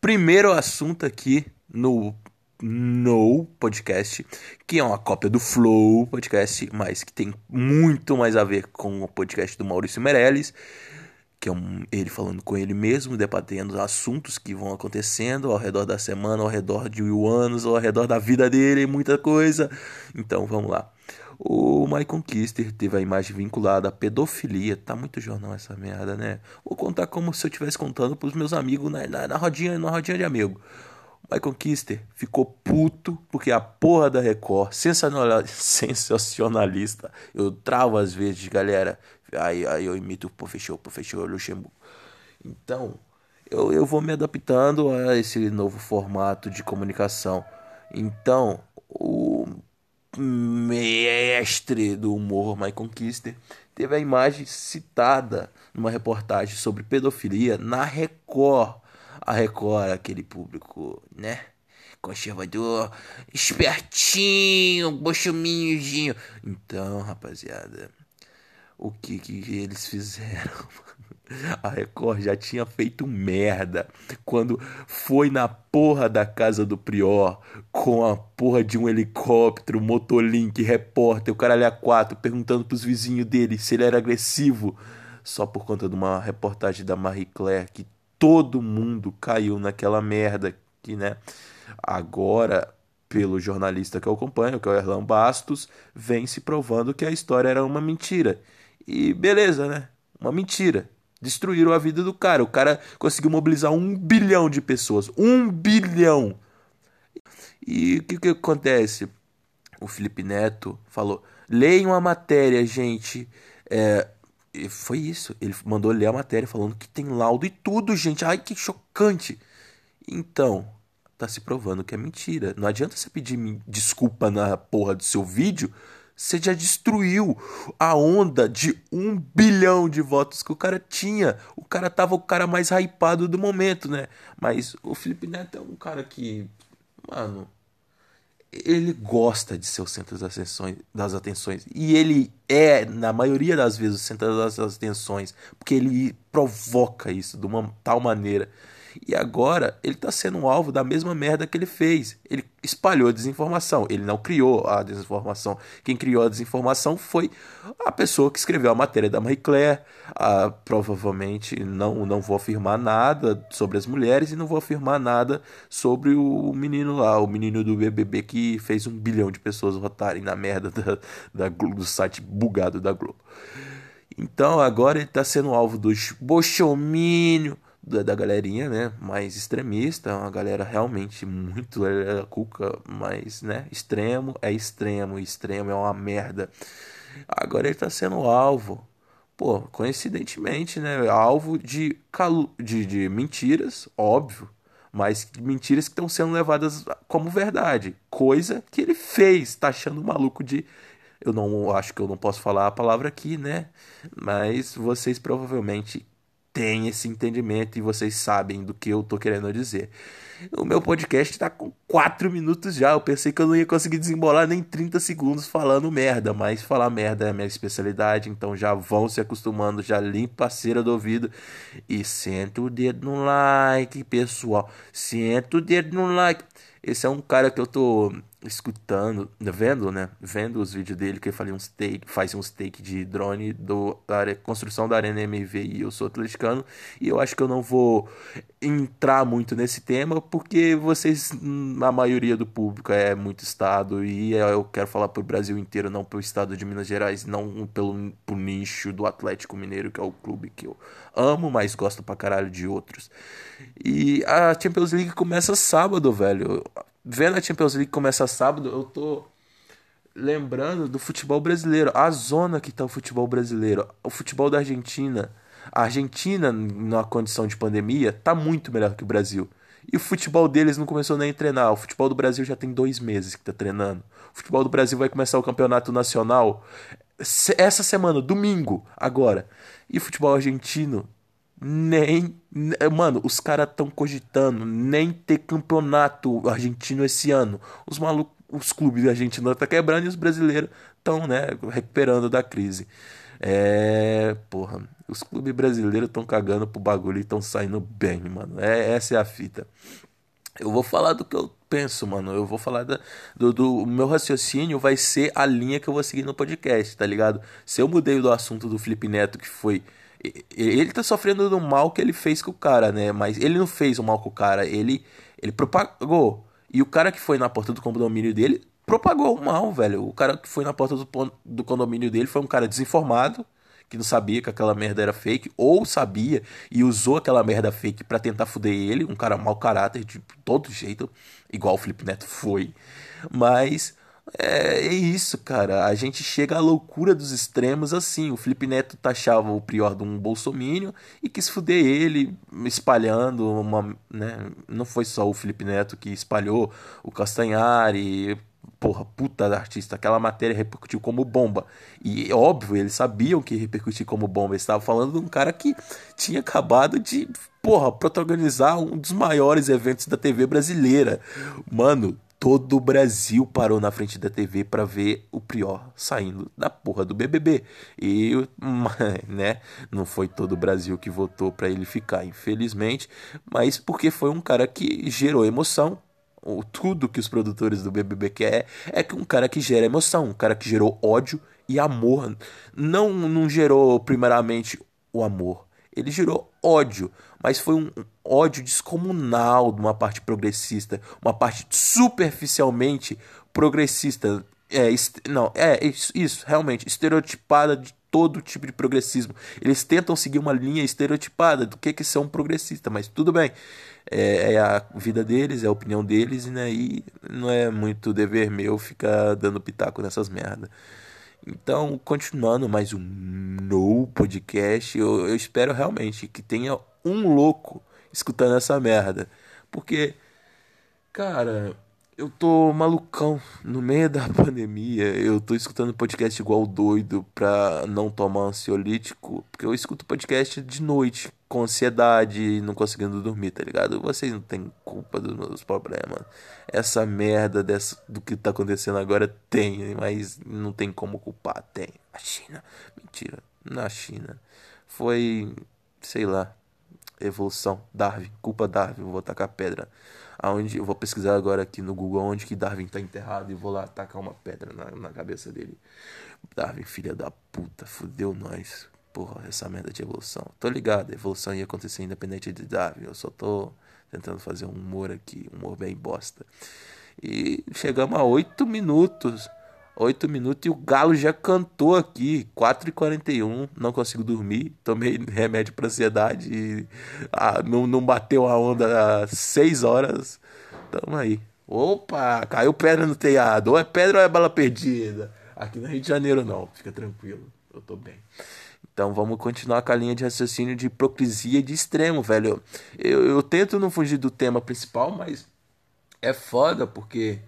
primeiro assunto aqui no podcast, que é uma cópia do Flow Podcast, mas que tem muito mais a ver com o podcast do Maurício Meirelles, que é ele falando com ele mesmo, debatendo assuntos que vão acontecendo ao redor da semana, ao redor de 1.000 anos, ao redor da vida dele, muita coisa. Então vamos lá. O Michael Kister teve a imagem vinculada à pedofilia. Tá muito jornal essa merda, né? Vou contar como se eu estivesse contando pros meus amigos na rodinha de amigo. O Michael Kister ficou puto porque a porra da Record, sensacionalista, eu travo às vezes, galera. Aí eu imito o professor Luxemburgo. Então, eu vou me adaptando a esse novo formato de comunicação. Então, o mestre do humor Michael Kister teve a imagem citada numa reportagem sobre pedofilia na Record. A Record, aquele público, né? Conservador, espertinho, bochuminhozinho. Então, rapaziada, o que eles fizeram? A Record já tinha feito merda quando foi na porra da casa do Prior com a porra de um helicóptero, Motolink, repórter, o caralho a quatro, perguntando pros vizinhos dele se ele era agressivo, só por conta de uma reportagem da Marie Claire, que todo mundo caiu naquela merda que, né? Agora, pelo jornalista que eu acompanho, que é o Erlan Bastos, vem se provando que a história era uma mentira. E beleza, né? Uma mentira. Destruíram a vida do cara. O cara conseguiu mobilizar 1 bilhão de pessoas. 1 bilhão! E o que acontece? O Felipe Neto falou: leiam a matéria, gente. E foi isso. Ele mandou ler a matéria falando que tem laudo e tudo, gente. Ai, que chocante. Então, tá se provando que é mentira. Não adianta você pedir desculpa na porra do seu vídeo. Você já destruiu a onda de 1 bilhão de votos que o cara tinha. O cara tava o cara mais hypado do momento, né? Mas o Felipe Neto é um cara que, mano, ele gosta de ser o centro das atenções. E ele é, na maioria das vezes, o centro das atenções. Porque ele provoca isso de uma tal maneira. E agora ele tá sendo um alvo da mesma merda que ele fez. Ele espalhou a desinformação. Ele não criou a desinformação. Quem criou a desinformação foi a pessoa que escreveu a matéria da Marie Claire. Provavelmente não vou afirmar nada sobre as mulheres e não vou afirmar nada sobre o menino lá, o menino do BBB que fez 1 bilhão de pessoas votarem na merda do site bugado da Globo. Então agora ele tá sendo alvo dos bolsominions, da galerinha, né, mais extremista, uma galera realmente muito cuca, mas, né, extremo, extremo é uma merda. Agora ele tá sendo alvo, pô, coincidentemente, né, alvo de mentiras, óbvio, mas mentiras que estão sendo levadas como verdade, coisa que ele fez, tá achando maluco de... Eu não acho que eu não posso falar a palavra aqui, né? Mas vocês provavelmente têm esse entendimento e vocês sabem do que eu tô querendo dizer. O meu podcast tá com 4 minutos já. Eu pensei que eu não ia conseguir desembolar nem 30 segundos falando merda, mas falar merda é a minha especialidade, então já vão se acostumando, já limpa a cera do ouvido e senta o dedo no like, pessoal. Senta o dedo no like. Esse é um cara que eu tô escutando, vendo, né? Vendo os vídeos dele, que ele faz uns take de drone da construção da Arena MV, e eu sou atleticano, e eu acho que eu não vou entrar muito nesse tema, porque vocês, a maioria do público é muito estado, e eu quero falar pro Brasil inteiro, não pro estado de Minas Gerais, não pro nicho do Atlético Mineiro, que é o clube que eu amo, mas gosto pra caralho de outros. E a Champions League começa sábado, velho. Vendo a Champions League começa sábado, eu tô lembrando do futebol brasileiro. A zona que tá o futebol brasileiro. O futebol da Argentina. A Argentina, na condição de pandemia, tá muito melhor que o Brasil. E o futebol deles não começou nem a treinar. O futebol do Brasil já tem 2 meses que tá treinando. O futebol do Brasil vai começar o campeonato nacional essa semana, domingo, agora. E o futebol argentino mano, os caras estão cogitando nem ter campeonato argentino esse ano. Os malucos, os clubes argentinos estão quebrando e os brasileiros estão, né, recuperando da crise. Porra, os clubes brasileiros estão cagando pro bagulho e estão saindo bem, mano. Essa é a fita. Eu vou falar do que eu penso, mano. Eu vou falar do meu raciocínio vai ser a linha que eu vou seguir no podcast, tá ligado? Se eu mudei do assunto do Felipe Neto, que foi. Ele tá sofrendo do mal que ele fez com o cara, né? Mas ele não fez o mal com o cara, ele propagou. E o cara que foi na porta do condomínio dele propagou o mal, velho. O cara que foi na porta do condomínio dele foi um cara desinformado, que não sabia que aquela merda era fake, ou sabia e usou aquela merda fake pra tentar fuder ele, um cara mau caráter de todo jeito, igual o Felipe Neto foi. Mas é isso, cara. A gente chega à loucura dos extremos assim. O Felipe Neto taxava o Prior de um bolsomínio e quis fuder ele, espalhando uma, né? Não foi só o Felipe Neto que espalhou, o Castanhari, porra, puta artista, aquela matéria repercutiu como bomba. E óbvio, eles sabiam que ia repercutir como bomba. Eles estavam falando de um cara que tinha acabado de, porra, protagonizar um dos maiores eventos da TV brasileira. Mano, todo o Brasil parou na frente da TV pra ver o Prior saindo da porra do BBB. E, né, não foi todo o Brasil que votou pra ele ficar, infelizmente, mas porque foi um cara que gerou emoção. Tudo que os produtores do BBB quer é que um cara que gera emoção, um cara que gerou ódio e amor. Não gerou primeiramente o amor, ele gerou ódio, mas foi um ódio descomunal de uma parte progressista, uma parte superficialmente progressista. Não, isso, realmente, estereotipada de todo tipo de progressismo. Eles tentam seguir uma linha estereotipada do que ser um progressista, mas tudo bem. É a vida deles, é a opinião deles, né? E não é muito dever meu ficar dando pitaco nessas merdas. Então, continuando mais um no podcast, eu espero realmente que tenha um louco escutando essa merda. Porque, cara, eu tô malucão no meio da pandemia. Eu tô escutando podcast igual doido pra não tomar ansiolítico. Porque eu escuto podcast de noite, com ansiedade, não conseguindo dormir, tá ligado? Vocês não têm culpa dos meus problemas. Essa merda do que tá acontecendo agora tem, mas não tem como culpar. Tem. A China. Mentira. Na China. Foi, sei lá. Evolução, Darwin, culpa Darwin, vou tacar pedra. Aonde eu vou pesquisar agora aqui no Google onde que Darwin tá enterrado e vou lá tacar uma pedra na cabeça dele. Darwin, filha da puta, fudeu nós. Porra, essa merda de evolução. Tô ligado, a evolução ia acontecer independente de Darwin. Eu só tô tentando fazer um humor aqui, um humor bem bosta. E chegamos a 8 minutos. 8 minutos e o galo já cantou aqui. 4h41, não consigo dormir. Tomei remédio para ansiedade e não bateu a onda às 6 horas. Tamo aí. Opa, caiu pedra no telhado. Ou é pedra ou é bala perdida. Aqui no Rio de Janeiro não, fica tranquilo. Eu tô bem. Então vamos continuar com a linha de raciocínio de hipocrisia de extremo, velho. Eu tento não fugir do tema principal, mas é foda porque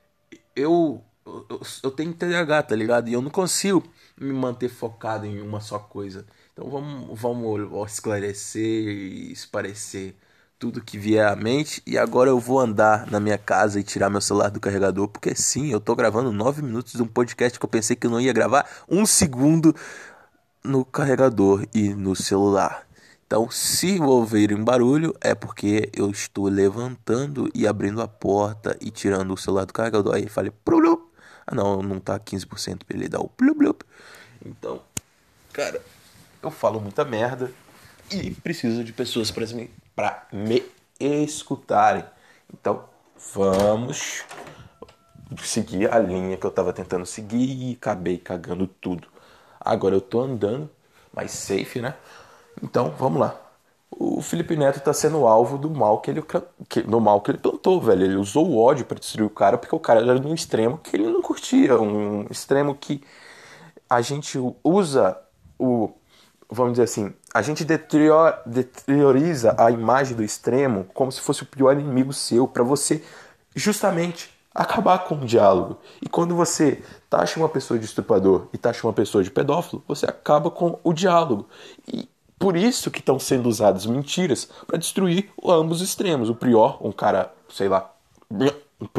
eu tenho TDAH, tá ligado? E eu não consigo me manter focado em uma só coisa. Então vamos esclarecer e esclarecer tudo que vier à mente. E agora eu vou andar na minha casa e tirar meu celular do carregador. Porque sim, eu tô gravando 9 minutos de um podcast que eu pensei que eu não ia gravar um segundo no carregador e no celular. Então, se ouvirem barulho, é porque eu estou levantando e abrindo a porta e tirando o celular do carregador. Aí eu falei, plum. Ah, não tá 15% pra ele dar o plum, plum. Então, cara, eu falo muita merda e preciso de pessoas pra me escutarem. Então, vamos seguir a linha que eu tava tentando seguir e acabei cagando tudo. Agora eu tô andando mais safe, né? Então, vamos lá. O Felipe Neto tá sendo alvo do mal do mal que ele plantou, velho. Ele usou o ódio pra destruir o cara porque o cara era de um extremo que ele não curtia. Um extremo que a gente usa vamos dizer assim, a gente deterioriza a imagem do extremo como se fosse o pior inimigo seu, pra você justamente acabar com o diálogo. E quando você taxa uma pessoa de estuprador e taxa uma pessoa de pedófilo, você acaba com o diálogo. E por isso que estão sendo usadas mentiras para destruir ambos os extremos. O Prior, um cara, sei lá,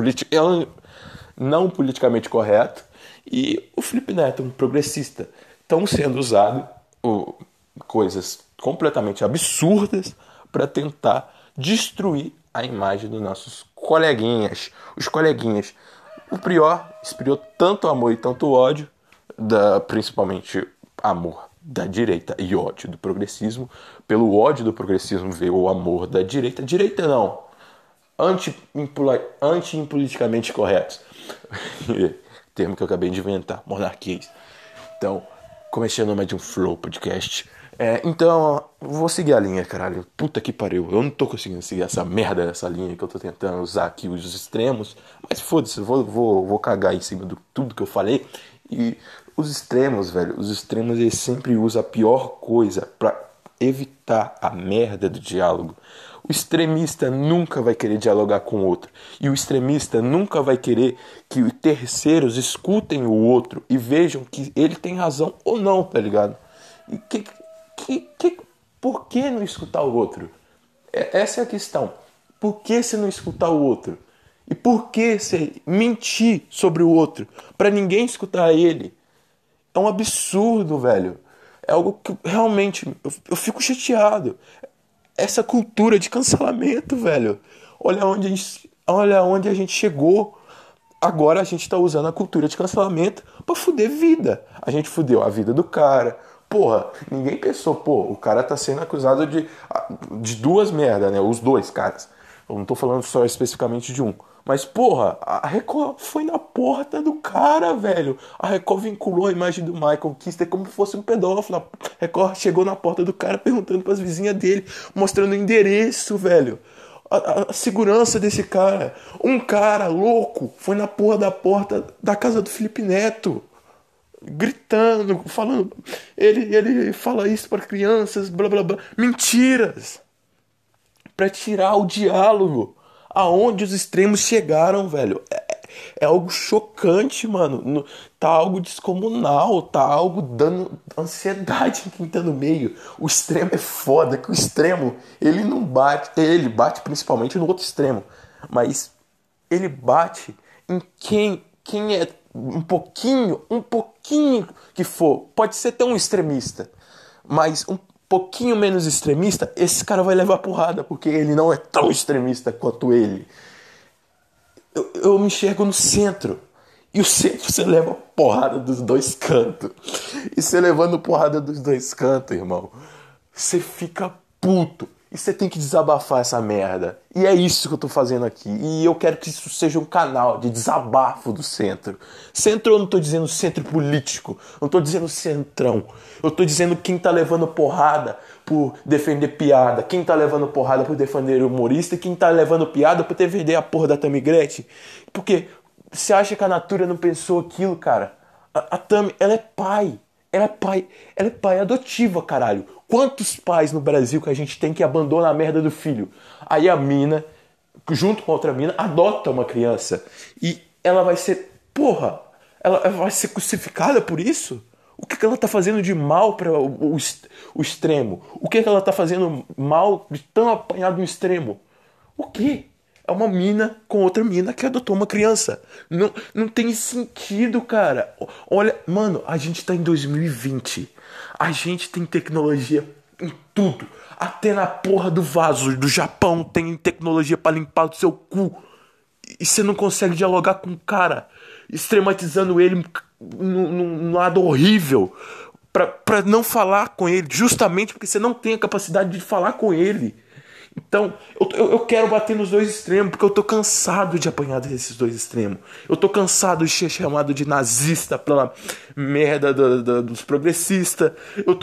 não politicamente correto, e o Felipe Neto, um progressista, estão sendo usadas coisas completamente absurdas para tentar destruir a imagem dos nossos coleguinhas. Os coleguinhas. O Prior inspirou tanto amor e tanto ódio, principalmente amor da direita e ódio do progressismo. Pelo ódio do progressismo veio o amor da direita. Direita não. Anti-impoliticamente corretos. Termo que eu acabei de inventar. Monarquias. Então, começando mais de um Flow Podcast. Então, vou seguir a linha, caralho. Puta que pariu. Eu não tô conseguindo seguir essa merda dessa linha que eu tô tentando usar aqui, os extremos. Mas foda-se, vou cagar em cima de tudo que eu falei. E os extremos, velho. Os extremos, eles sempre usam a pior coisa pra evitar a merda do diálogo. O extremista nunca vai querer dialogar com o outro. E o extremista nunca vai querer que terceiros escutem o outro e vejam que ele tem razão ou não, tá ligado? E por que não escutar o outro? Essa é a questão. Por que você não escutar o outro? E por que você mentir sobre o outro pra ninguém escutar ele? É um absurdo, velho. É algo que realmente eu fico chateado. Essa cultura de cancelamento, velho. Olha onde a gente chegou. Agora a gente tá usando a cultura de cancelamento pra fuder vida. A gente fudeu a vida do cara. Porra, ninguém pensou, o cara tá sendo acusado de duas merdas, né? Os dois caras. Eu não tô falando só especificamente de um. Mas, porra, a Record foi na porta do cara, velho. A Record vinculou a imagem do Michael Kister como se fosse um pedófilo. A Record chegou na porta do cara perguntando pras vizinhas dele, mostrando o endereço, velho. A segurança desse cara. Um cara louco foi na porra da porta da casa do Felipe Neto. Gritando, falando. Ele fala isso para crianças, blá blá blá. Mentiras! Pra tirar o diálogo. Aonde os extremos chegaram, velho. É algo chocante, mano. Tá algo descomunal. Tá algo dando ansiedade em quem tá no meio. O extremo é foda. Que o extremo, ele não bate. Ele bate principalmente no outro extremo. Mas ele bate em quem é um pouquinho que for. Pode ser até um extremista. Mas um pouquinho menos extremista, esse cara vai levar porrada, porque ele não é tão extremista quanto ele. Eu me enxergo no centro. E o centro você leva porrada dos dois cantos. E você levando porrada dos dois cantos, irmão, você fica puto. E você tem que desabafar essa merda. E é isso que eu tô fazendo aqui. E eu quero que isso seja um canal de desabafo do centro. Centro, eu não tô dizendo centro político. Não tô dizendo centrão. Eu tô dizendo quem tá levando porrada por defender piada. Quem tá levando porrada por defender humorista. E quem tá levando piada por defender a porra da Tammy Gretchen. Porque você acha que a Natura não pensou aquilo, cara? A Tammy, ela é pai. Ela é pai adotiva, caralho. Quantos pais no Brasil que a gente tem que abandona a merda do filho? Aí a mina, junto com a outra mina, adota uma criança. E ela vai ser, ela vai ser crucificada por isso? O que ela tá fazendo de mal para o extremo? O que ela tá fazendo mal de tão apanhado no extremo? O quê? É uma mina com outra mina que adotou uma criança. Não tem sentido, cara. Olha, mano, a gente tá em 2020. A gente tem tecnologia em tudo. Até na porra do vaso do Japão tem tecnologia pra limpar o seu cu. E você não consegue dialogar com o cara, extrematizando ele num lado horrível. Pra não falar com ele. Justamente porque você não tem a capacidade de falar com ele. Então, eu quero bater nos dois extremos, porque eu tô cansado de apanhar desses dois extremos. Eu tô cansado de ser chamado de nazista pela merda dos progressistas. Eu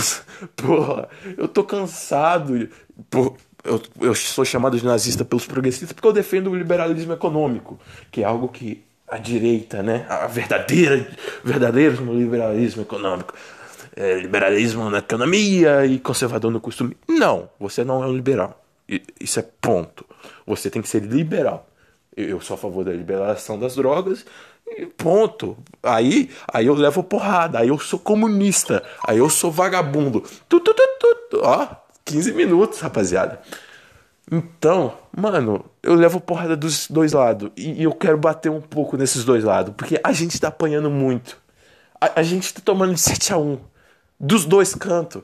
tô cansado. Eu sou chamado de nazista pelos progressistas porque eu defendo o liberalismo econômico, que é algo que a direita, né, a verdadeiro liberalismo econômico, liberalismo na economia e conservador no costume. Não, você não é um liberal. Isso é ponto. Você tem que ser liberal. Eu sou a favor da liberação das drogas e ponto. Aí eu levo porrada. Aí eu sou comunista. Aí eu sou vagabundo. Ó, 15 minutos, rapaziada. Então, mano, eu levo porrada dos dois lados. E eu quero bater um pouco nesses dois lados. Porque a gente tá apanhando muito. A gente tá tomando de 7-1 dos dois cantos.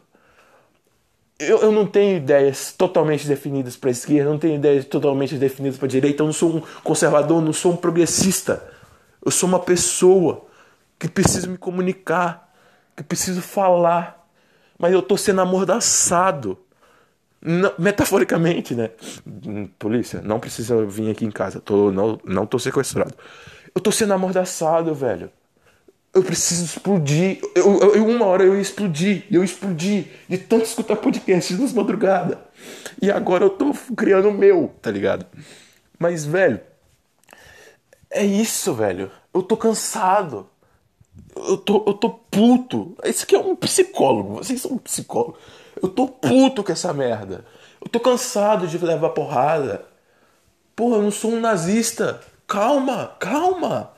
Eu não tenho ideias totalmente definidas para a esquerda, não tenho ideias totalmente definidas para a direita. Eu não sou um conservador, não sou um progressista. Eu sou uma pessoa que precisa me comunicar, que preciso falar. Mas eu tô sendo amordaçado. Metaforicamente, né? Polícia, não precisa vir aqui em casa. Não tô sequestrado. Eu tô sendo amordaçado, velho. Eu preciso explodir. Uma hora eu ia explodir. Eu explodi de tanto escutar podcast nas madrugadas. E agora eu tô criando o meu, tá ligado? Mas, velho, é isso, velho. Eu tô cansado. Eu tô puto. Esse aqui é um psicólogo. Vocês são um psicólogo. Eu tô puto com essa merda. Eu tô cansado de levar porrada. Porra, eu não sou um nazista. Calma, calma.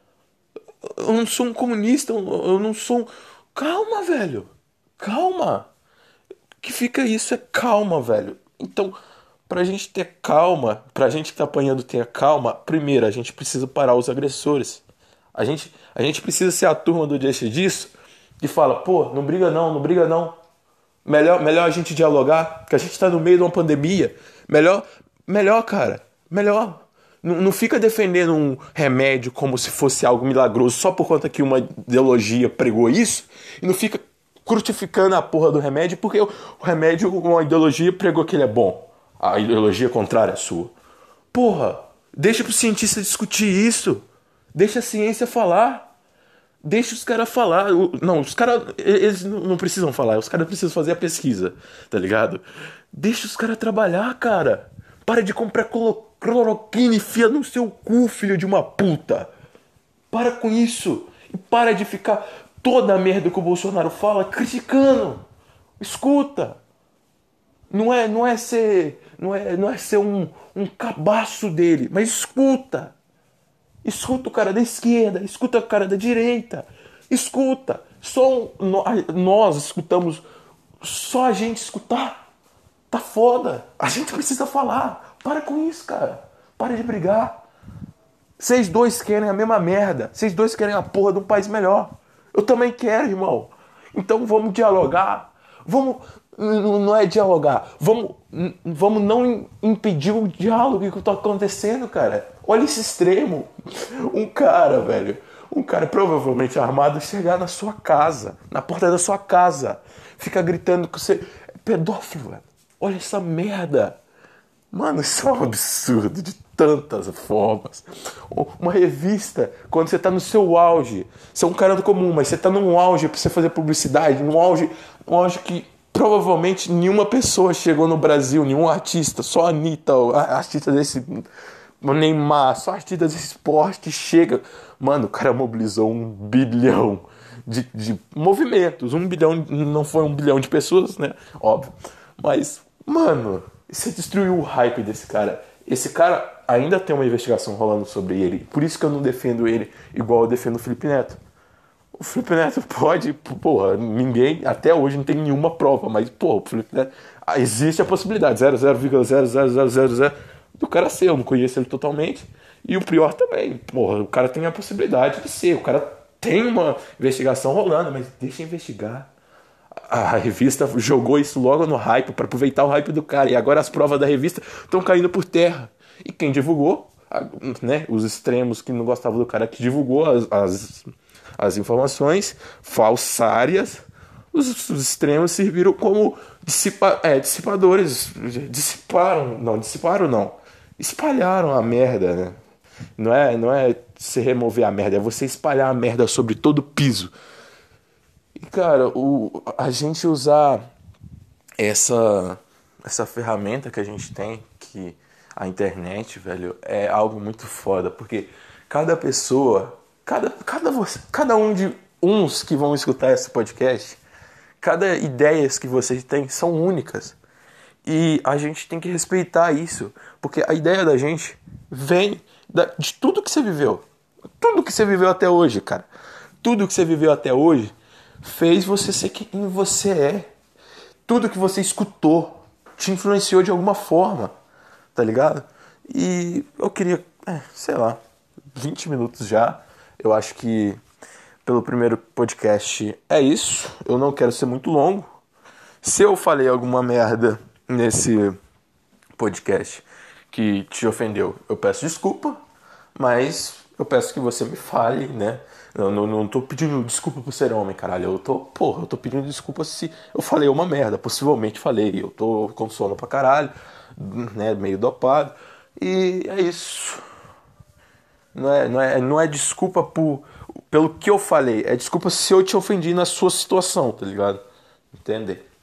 Eu não sou um comunista, eu não sou um... Calma, velho. Calma. O que fica isso é calma, velho. Então, pra gente ter calma, pra gente que tá apanhando ter calma, primeiro, a gente precisa parar os agressores. A gente precisa ser a turma do Deixa Disso que fala, pô, não briga não, não briga não. Melhor a gente dialogar, que a gente tá no meio de uma pandemia. Melhor, cara. Melhor. Não fica defendendo um remédio como se fosse algo milagroso só por conta que uma ideologia pregou isso. E não fica crucificando a porra do remédio porque o remédio, uma ideologia pregou que ele é bom. A ideologia contrária é sua. Porra, deixa pro cientista discutir isso. Deixa a ciência falar. Deixa os caras falar. Não, os caras, eles não precisam falar. Os caras precisam fazer a pesquisa, tá ligado? Deixa os caras trabalhar, cara. Para de comprar cloroquina e enfia no seu cu, filho de uma puta. Para com isso. E para de ficar toda a merda que o Bolsonaro fala criticando. Escuta. Não é ser um cabaço dele, mas escuta. Escuta o cara da esquerda, escuta o cara da direita. Escuta. Nós escutamos. Só a gente escutar. Tá foda. A gente precisa falar. Para com isso, cara. Para de brigar. Vocês dois querem a mesma merda. Vocês dois querem a porra de um país melhor. Eu também quero, irmão. Então vamos dialogar. Vamos... Não é dialogar. Vamos não impedir o diálogo que tá acontecendo, cara. Olha esse extremo. Um cara, velho. Um cara provavelmente armado chegar na sua casa. Na porta da sua casa. Fica gritando que você é pedófilo, velho. Olha essa merda. Mano, isso é um absurdo de tantas formas. Uma revista, quando você tá no seu auge, você é um cara do comum, mas você tá num auge pra você fazer publicidade, num auge que provavelmente nenhuma pessoa chegou no Brasil, nenhum artista, só a Anitta, artista desse Neymar, só artista desse esporte que chega. Mano, o cara mobilizou 1 bilhão de movimentos. 1 bilhão, não foi 1 bilhão de pessoas, né? Óbvio. Mas, mano, você destruiu o hype desse cara. Esse cara ainda tem uma investigação rolando sobre ele. Por isso que eu não defendo ele igual eu defendo o Felipe Neto. O Felipe Neto pode, porra, ninguém, até hoje não tem nenhuma prova, mas, porra, o Felipe Neto, existe a possibilidade, 0,00000 do cara ser, eu não conheço ele totalmente, e o Prior também, porra, o cara tem a possibilidade de ser, o cara tem uma investigação rolando, mas deixa investigar. A revista jogou isso logo no hype, para aproveitar o hype do cara, e agora as provas da revista estão caindo por terra. E quem divulgou, né, os extremos que não gostavam do cara que divulgou as informações falsárias, os extremos serviram como dissipadores. Espalharam a merda, né? Não é você remover a merda, é você espalhar a merda sobre todo o piso. E, cara, a gente usar essa ferramenta que a gente tem, que a internet, velho, é algo muito foda, porque cada pessoa, cada um de uns que vão escutar esse podcast, cada ideias que vocês têm são únicas. E a gente tem que respeitar isso, porque a ideia da gente vem de tudo que você viveu. Tudo que você viveu até hoje, cara. Tudo que você viveu até hoje fez você ser quem você é. Tudo que você escutou te influenciou de alguma forma, tá ligado? E eu queria, 20 minutos já. Eu acho que pelo primeiro podcast é isso. Eu não quero ser muito longo. Se eu falei alguma merda nesse podcast que te ofendeu, eu peço desculpa, mas eu peço que você me fale, né? Eu não tô pedindo desculpa por ser homem, caralho. Eu tô pedindo desculpa se eu falei uma merda. Possivelmente falei. Eu tô com sono pra caralho, né? Meio dopado. E é isso. Não é desculpa pelo que eu falei. É desculpa se eu te ofendi na sua situação, tá ligado? Entender?